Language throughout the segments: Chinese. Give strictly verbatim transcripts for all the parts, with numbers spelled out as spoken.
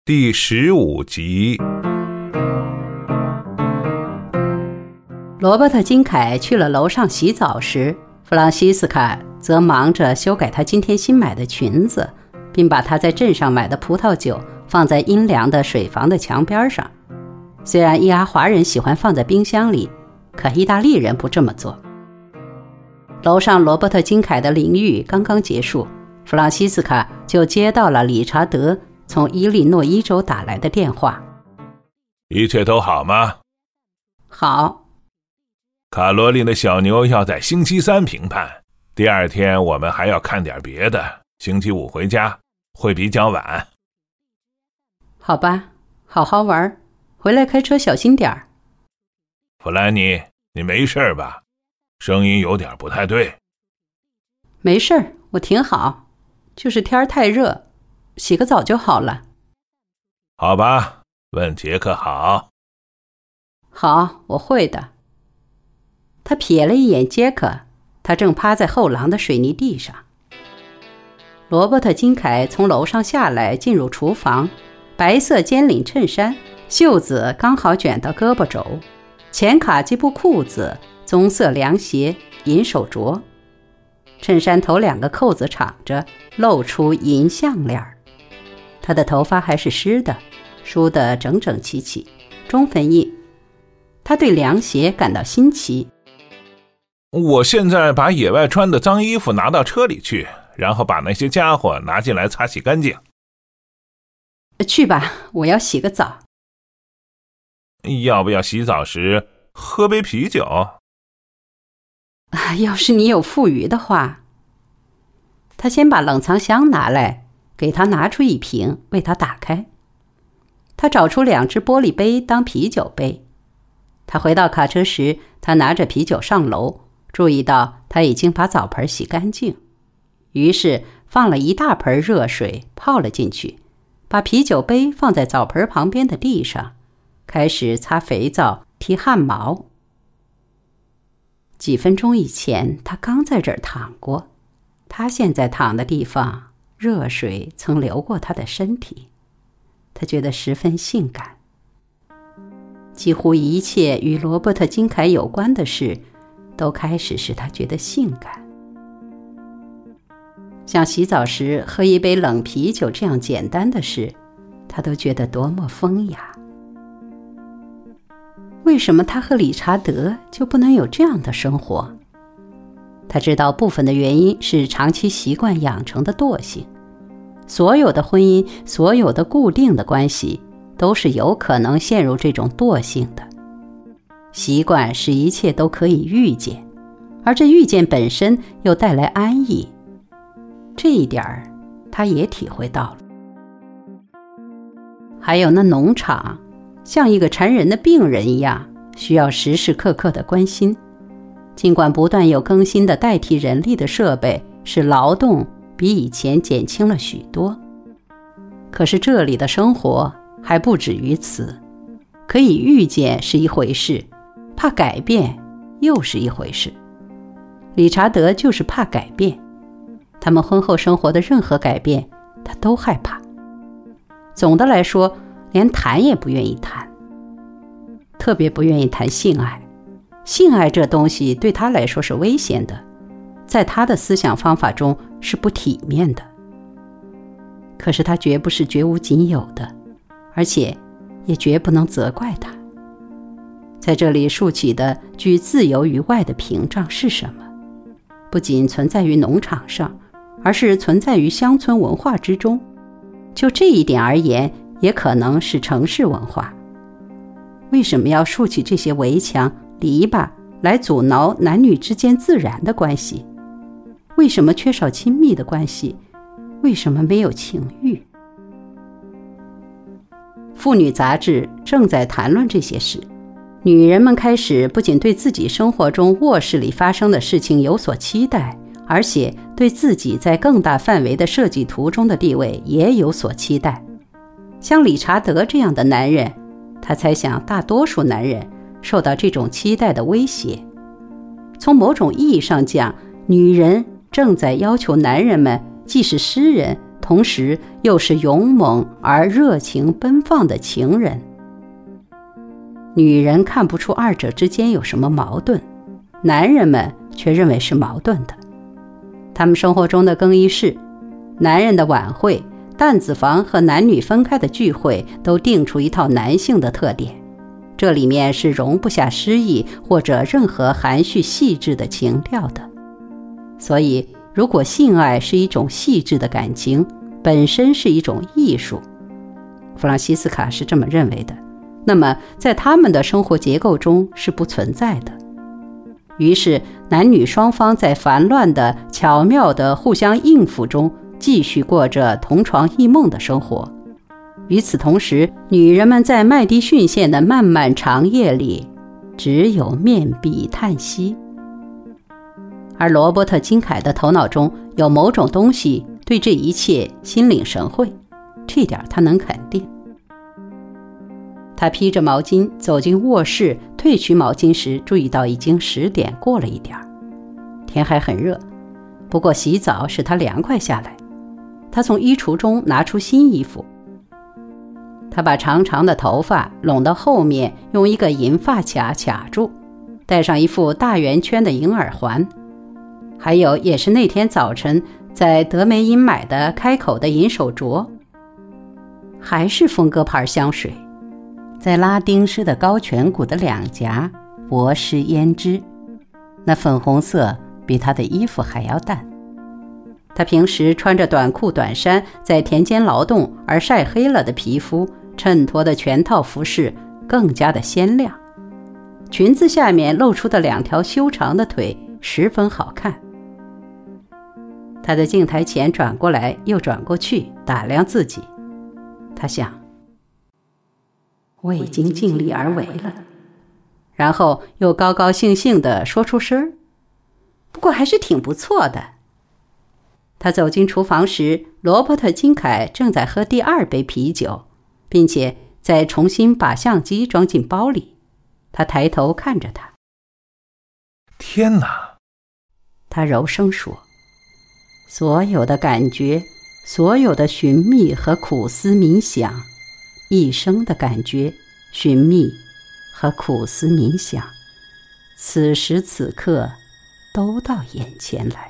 第十五集。 罗伯特·金凯去了楼上洗澡时，弗朗西斯卡则忙着修改他今天新买的裙子，并把他在镇上买的葡萄酒放在阴凉的水房的墙边上。虽然伊阿华人喜欢放在冰箱里，可意大利人不这么做。楼上罗伯特·金凯的淋浴刚刚结束，弗朗西斯卡就接到了理查德从伊利诺伊州打来的电话。 一切都好吗？ 好。 卡罗琳的小牛要在星期三评判，第二天我们还要看点别的，星期五回家会比较晚。 好吧，好好玩，回来开车小心点儿。 弗兰尼，你没事吧？声音有点不太对。 没事，我挺好，就是天儿太热，洗个澡就好了。 好吧，问杰克好。 好，我会的。他瞥了一眼杰克，他正趴在后廊的水泥地上。罗伯特·金凯从楼上下来，进入厨房，白色尖领衬衫，袖子刚好卷到胳膊肘，浅卡其布裤子，棕色凉鞋，银手镯。衬衫头两个扣子敞着，露出银项链。他的头发还是湿的，梳得整整齐齐，中分印。他对凉鞋感到新奇。 我现在把野外穿的脏衣服拿到车里去，然后把那些家伙拿进来擦洗干净。 去吧，我要洗个澡。 要不要洗澡时喝杯啤酒？ 要是你有富余的话。他先把冷藏箱拿来，给他拿出一瓶，为他打开。他找出两只玻璃杯当啤酒杯。他回到卡车时，他拿着啤酒上楼，注意到他已经把澡盆洗干净，于是放了一大盆热水泡了进去，把啤酒杯放在澡盆旁边的地上，开始擦肥皂、剃汗毛。几分钟以前，他刚在这儿躺过，他现在躺的地方，热水曾流过他的身体，他觉得十分性感。几乎一切与罗伯特·金凯有关的事，都开始使他觉得性感。像洗澡时喝一杯冷啤酒这样简单的事，他都觉得多么风雅。为什么他和理查德就不能有这样的生活？他知道部分的原因是长期习惯养成的惰性。所有的婚姻，所有的固定的关系，都是有可能陷入这种惰性的。习惯使一切都可以预见，而这预见本身又带来安逸。这一点他也体会到了。还有那农场，像一个缠人的病人一样，需要时时刻刻的关心。尽管不断有更新的代替人力的设备，使劳动比以前减轻了许多，可是这里的生活还不止于此。可以预见是一回事，怕改变又是一回事。理查德就是怕改变，他们婚后生活的任何改变，他都害怕。总的来说，连谈也不愿意谈，特别不愿意谈性爱。性爱这东西对他来说是危险的，在他的思想方法中是不体面的。可是他绝不是绝无仅有的，而且也绝不能责怪他。在这里竖起的居自由于外的屏障是什么？不仅存在于农场上，而是存在于乡村文化之中。就这一点而言，也可能是城市文化。为什么要竖起这些围墙、篱笆来阻挠男女之间自然的关系？为什么缺少亲密的关系？为什么没有情欲？妇女杂志正在谈论这些事。女人们开始不仅对自己生活中卧室里发生的事情有所期待，而且对自己在更大范围的设计图中的地位也有所期待。像理查德这样的男人，他猜想大多数男人受到这种期待的威胁。从某种意义上讲，女人正在要求男人们既是诗人， 同时又是勇猛而热情奔放的情人。女人看不出二者之间有什么矛盾，男人们却认为是矛盾的。他们生活中的更衣室、男人的晚会、担子房和男女分开的聚会都定出一套男性的特点，这里面是容不下诗意或者任何含蓄细致的情调的。所以如果性爱是一种细致的感情，本身是一种艺术，弗朗西斯卡是这么认为的，那么在他们的生活结构中是不存在的。于是男女双方在烦乱的巧妙的互相应付中继续过着同床异梦的生活。与此同时，女人们在麦迪逊县的漫漫长夜里只有面壁叹息。而罗伯特金凯的头脑中有某种东西对这一切心领神会，这点他能肯定。他披着毛巾走进卧室，褪去毛巾时注意到已经十点过了一点，天还很热，不过洗澡使他凉快下来。他从衣橱中拿出新衣服，他把长长的头发拢到后面，用一个银发卡卡住，戴上一副大圆圈的银耳环，还有也是那天早晨在德梅因买的开口的银手镯，还是风格牌香水，在拉丁式的高颧骨的两颊薄施胭脂，那粉红色比他的衣服还要淡。他平时穿着短裤短衫在田间劳动而晒黑了的皮肤，衬托的全套服饰更加的鲜亮，裙子下面露出的两条修长的腿十分好看。他在镜台前转过来又转过去打量自己，他想，我已经尽力而为了，然后又高高兴兴地说出声，不过还是挺不错的。他走进厨房时，罗伯特金凯正在喝第二杯啤酒，并且在重新把相机装进包里。他抬头看着他。 天哪！ 他柔声说，所有的感觉，所有的寻觅和苦思冥想，一生的感觉、寻觅和苦思冥想，此时此刻都到眼前来。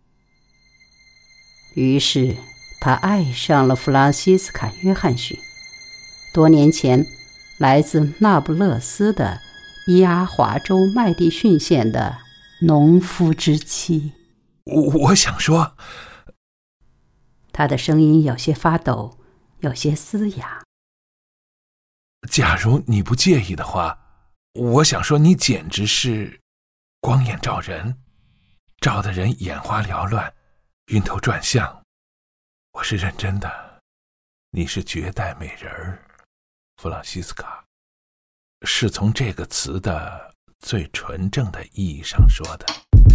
于是他爱上了弗朗西斯卡·约翰逊，多年前来自那不勒斯的伊阿华州麦迪逊县的农夫之妻。 我我想说， 他的声音有些发抖，有些嘶哑。 假如你不介意的话，我想说你简直是光眼照人，照得人眼花缭乱，晕头转向。我是认真的，你是绝代美人儿，弗朗西斯卡，是从这个词的最纯正的意义上说的。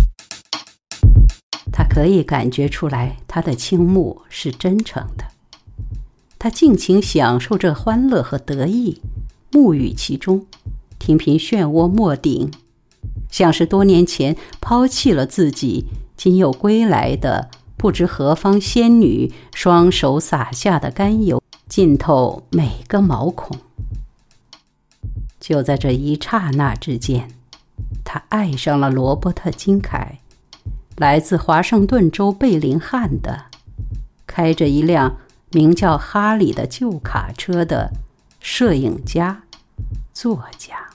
他可以感觉出来，他的倾慕是真诚的。他尽情享受这欢乐和得意，沐浴其中，听凭漩涡莫顶，像是多年前抛弃了自己，今又归来的不知何方仙女双手洒下的甘油，浸透每个毛孔。就在这一刹那之间，他爱上了罗伯特金凯，来自华盛顿州贝林汉的，开着一辆名叫哈里的旧卡车的摄影家、作家。